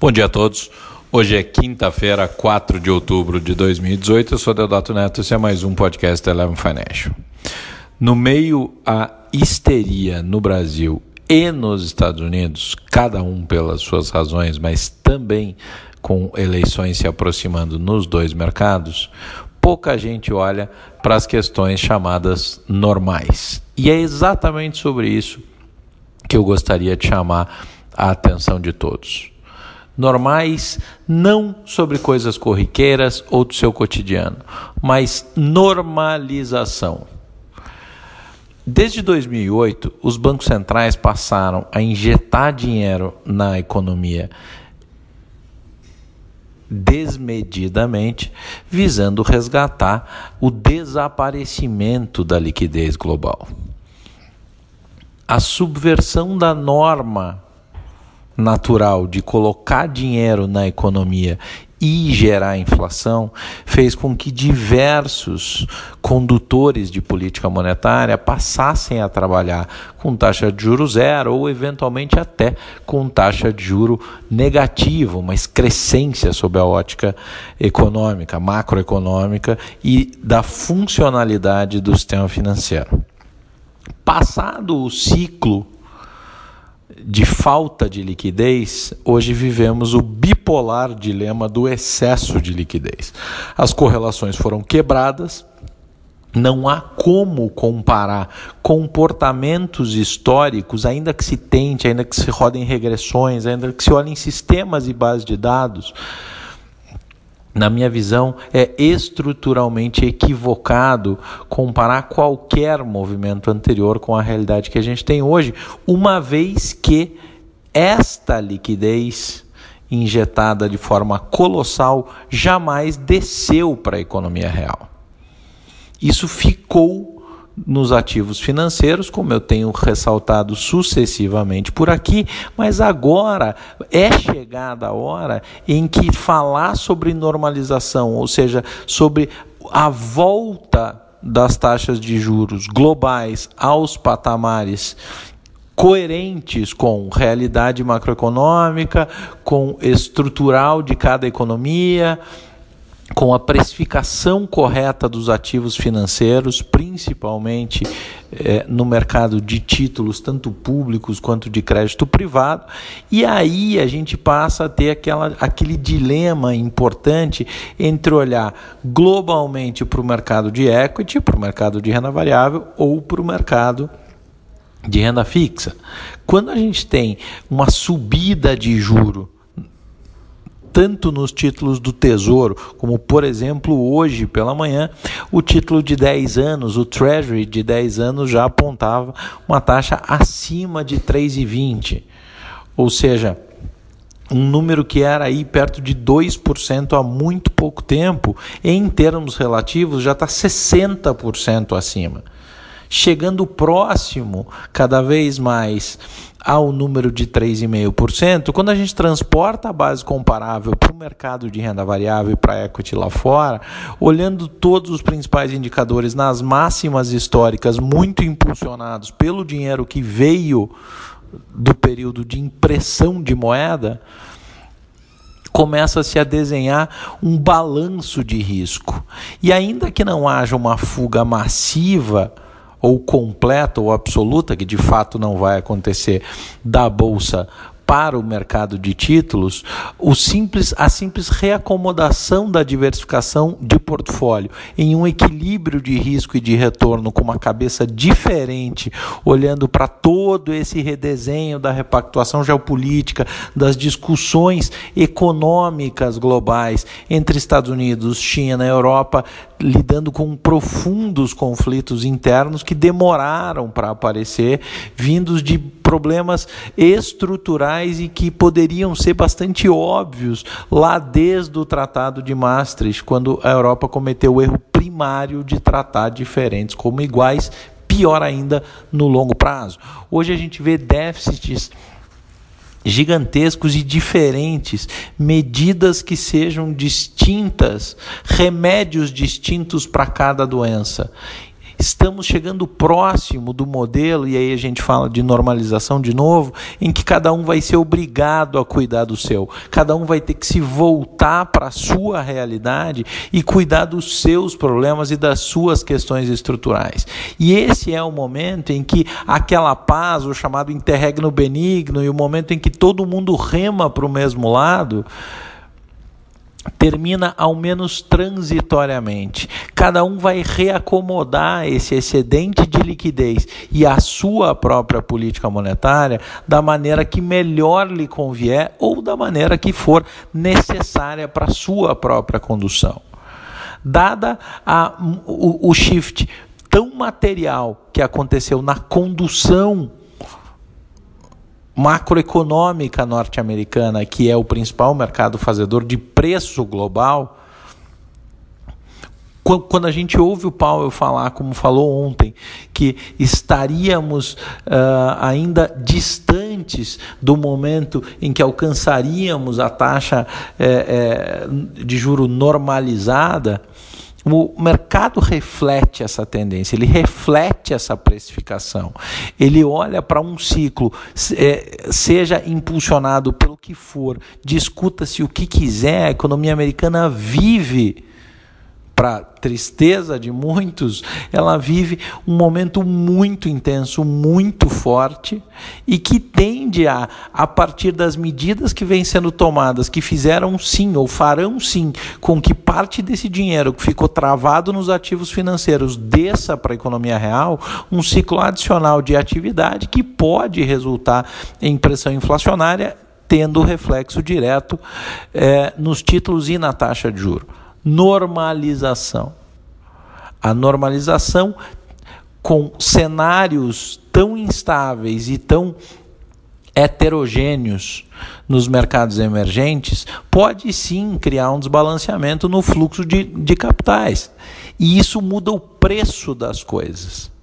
Bom dia a todos. Hoje é quinta-feira, 4 de outubro de 2018. Eu sou Deodato Neto e esse é mais um podcast da Eleven Financial. No meio à histeria no Brasil e nos Estados Unidos, cada um pelas suas razões, mas também com eleições se aproximando nos dois mercados, pouca gente olha para as questões chamadas normais. E é exatamente sobre isso que eu gostaria de chamar a atenção de todos. Normais não sobre coisas corriqueiras ou do seu cotidiano, mas normalização. Desde 2008, os bancos centrais passaram a injetar dinheiro na economia desmedidamente, visando resgatar o desaparecimento da liquidez global. A subversão da norma natural de colocar dinheiro na economia e gerar inflação fez com que diversos condutores de política monetária passassem a trabalhar com taxa de juros zero ou eventualmente até com taxa de juro negativa, uma excrescência sob a ótica econômica, macroeconômica e da funcionalidade do sistema financeiro. Passado o ciclo de falta de liquidez, hoje vivemos o bipolar dilema do excesso de liquidez. As correlações foram quebradas, não há como comparar comportamentos históricos, ainda que se tente, ainda que se rodem regressões, ainda que se olhem sistemas e bases de dados. Na minha visão, é estruturalmente equivocado comparar qualquer movimento anterior com a realidade que a gente tem hoje, uma vez que esta liquidez injetada de forma colossal jamais desceu para a economia real. Isso ficou nos ativos financeiros, como eu tenho ressaltado sucessivamente por aqui, mas agora é chegada a hora em que falar sobre normalização, ou seja, sobre a volta das taxas de juros globais aos patamares coerentes com realidade macroeconômica, com estrutural de cada economia, com a precificação correta dos ativos financeiros, principalmente no mercado de títulos, tanto públicos quanto de crédito privado, e aí a gente passa a ter aquele dilema importante entre olhar globalmente para o mercado de equity, para o mercado de renda variável ou para o mercado de renda fixa. Quando a gente tem uma subida de juro, tanto nos títulos do Tesouro, como, por exemplo, hoje pela manhã, o título de 10 anos, o Treasury de 10 anos já apontava uma taxa acima de 3,20. Ou seja, um número que era aí perto de 2% há muito pouco tempo, em termos relativos já está 60% acima. Chegando próximo, cada vez mais, ao número de 3,5%, quando a gente transporta a base comparável para o mercado de renda variável e para a equity lá fora, olhando todos os principais indicadores nas máximas históricas, muito impulsionados pelo dinheiro que veio do período de impressão de moeda, começa-se a desenhar um balanço de risco. E ainda que não haja uma fuga massiva ou completa ou absoluta, que de fato não vai acontecer, da Bolsa para o mercado de títulos, a simples reacomodação da diversificação de portfólio em um equilíbrio de risco e de retorno com uma cabeça diferente, olhando para todo esse redesenho da repactuação geopolítica, das discussões econômicas globais entre Estados Unidos, China, Europa, lidando com profundos conflitos internos que demoraram para aparecer, vindos de problemas estruturais e que poderiam ser bastante óbvios lá desde o Tratado de Maastricht, quando a Europa cometeu o erro primário de tratar diferentes como iguais, pior ainda no longo prazo. Hoje a gente vê déficits gigantescos e diferentes, medidas que sejam distintas, remédios distintos para cada doença. estamos chegando próximo do modelo, e aí a gente fala de normalização de novo, em que cada um vai ser obrigado a cuidar do seu, cada um vai ter que se voltar para a sua realidade e cuidar dos seus problemas e das suas questões estruturais. E esse é o momento em que aquela paz, o chamado interregno benigno, e o momento em que todo mundo rema para o mesmo lado, termina ao menos transitoriamente. Cada um vai reacomodar esse excedente de liquidez e a sua própria política monetária da maneira que melhor lhe convier ou da maneira que for necessária para a sua própria condução. Dada o shift tão material que aconteceu na condução macroeconômica norte-americana, que é o principal mercado fazedor de preço global, quando a gente ouve o Powell falar, como falou ontem, que estaríamos ainda distantes do momento em que alcançaríamos a taxa de juro normalizada, o mercado reflete essa tendência, ele reflete essa precificação, ele olha para um ciclo, seja impulsionado pelo que for, discuta-se o que quiser, a economia americana vive, para tristeza de muitos, ela vive um momento muito intenso, muito forte, e que tende a partir das medidas que vêm sendo tomadas, que fizeram sim, ou farão sim, com que parte desse dinheiro que ficou travado nos ativos financeiros desça para a economia real, um ciclo adicional de atividade que pode resultar em pressão inflacionária, tendo reflexo direto nos títulos e na taxa de juros. Normalização. A normalização com cenários tão instáveis e tão heterogêneos nos mercados emergentes pode sim criar um desbalanceamento no fluxo de capitais. E isso muda o preço das coisas.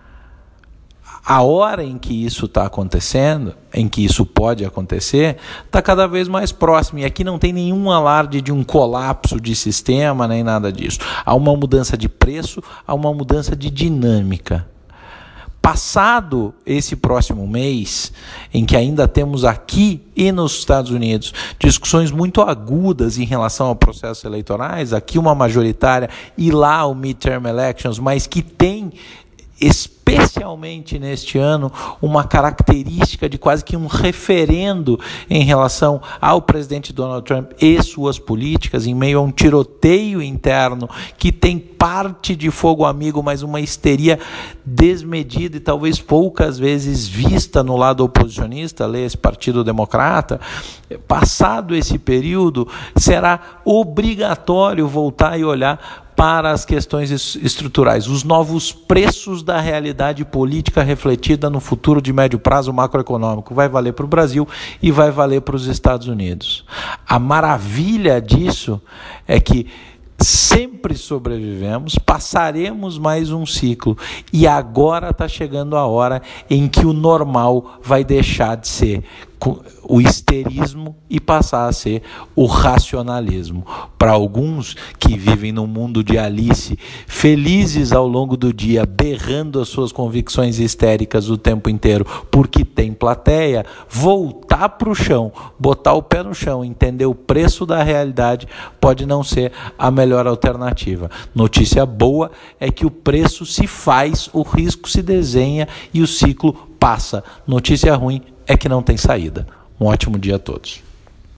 A hora em que isso está acontecendo, em que isso pode acontecer, está cada vez mais próximo. E aqui não tem nenhum alarde de um colapso de sistema, nem nada disso. Há uma mudança de preço, há uma mudança de dinâmica. Passado esse próximo mês, em que ainda temos aqui e nos Estados Unidos discussões muito agudas em relação a processos eleitorais, aqui uma majoritária e lá o midterm elections, mas que tem especialmente neste ano, uma característica de quase que um referendo em relação ao presidente Donald Trump e suas políticas, em meio a um tiroteio interno que tem parte de fogo amigo, mas uma histeria desmedida e talvez poucas vezes vista no lado oposicionista, lê esse Partido Democrata. Passado esse período, será obrigatório voltar e olhar para as questões estruturais, os novos preços da realidade política refletida no futuro de médio prazo macroeconômico. Vai valer para o Brasil e vai valer para os Estados Unidos. A maravilha disso é que sempre sobrevivemos, passaremos mais um ciclo e agora está chegando a hora em que o normal vai deixar de ser o histerismo e passar a ser o racionalismo. Para alguns que vivem num mundo de Alice, felizes ao longo do dia, berrando as suas convicções histéricas o tempo inteiro, porque tem plateia, voltar para o chão, botar o pé no chão, entender o preço da realidade, pode não ser a melhor alternativa. Notícia boa é que o preço se faz, o risco se desenha e o ciclo passa. Notícia ruim é que não tem saída. Um ótimo dia a todos.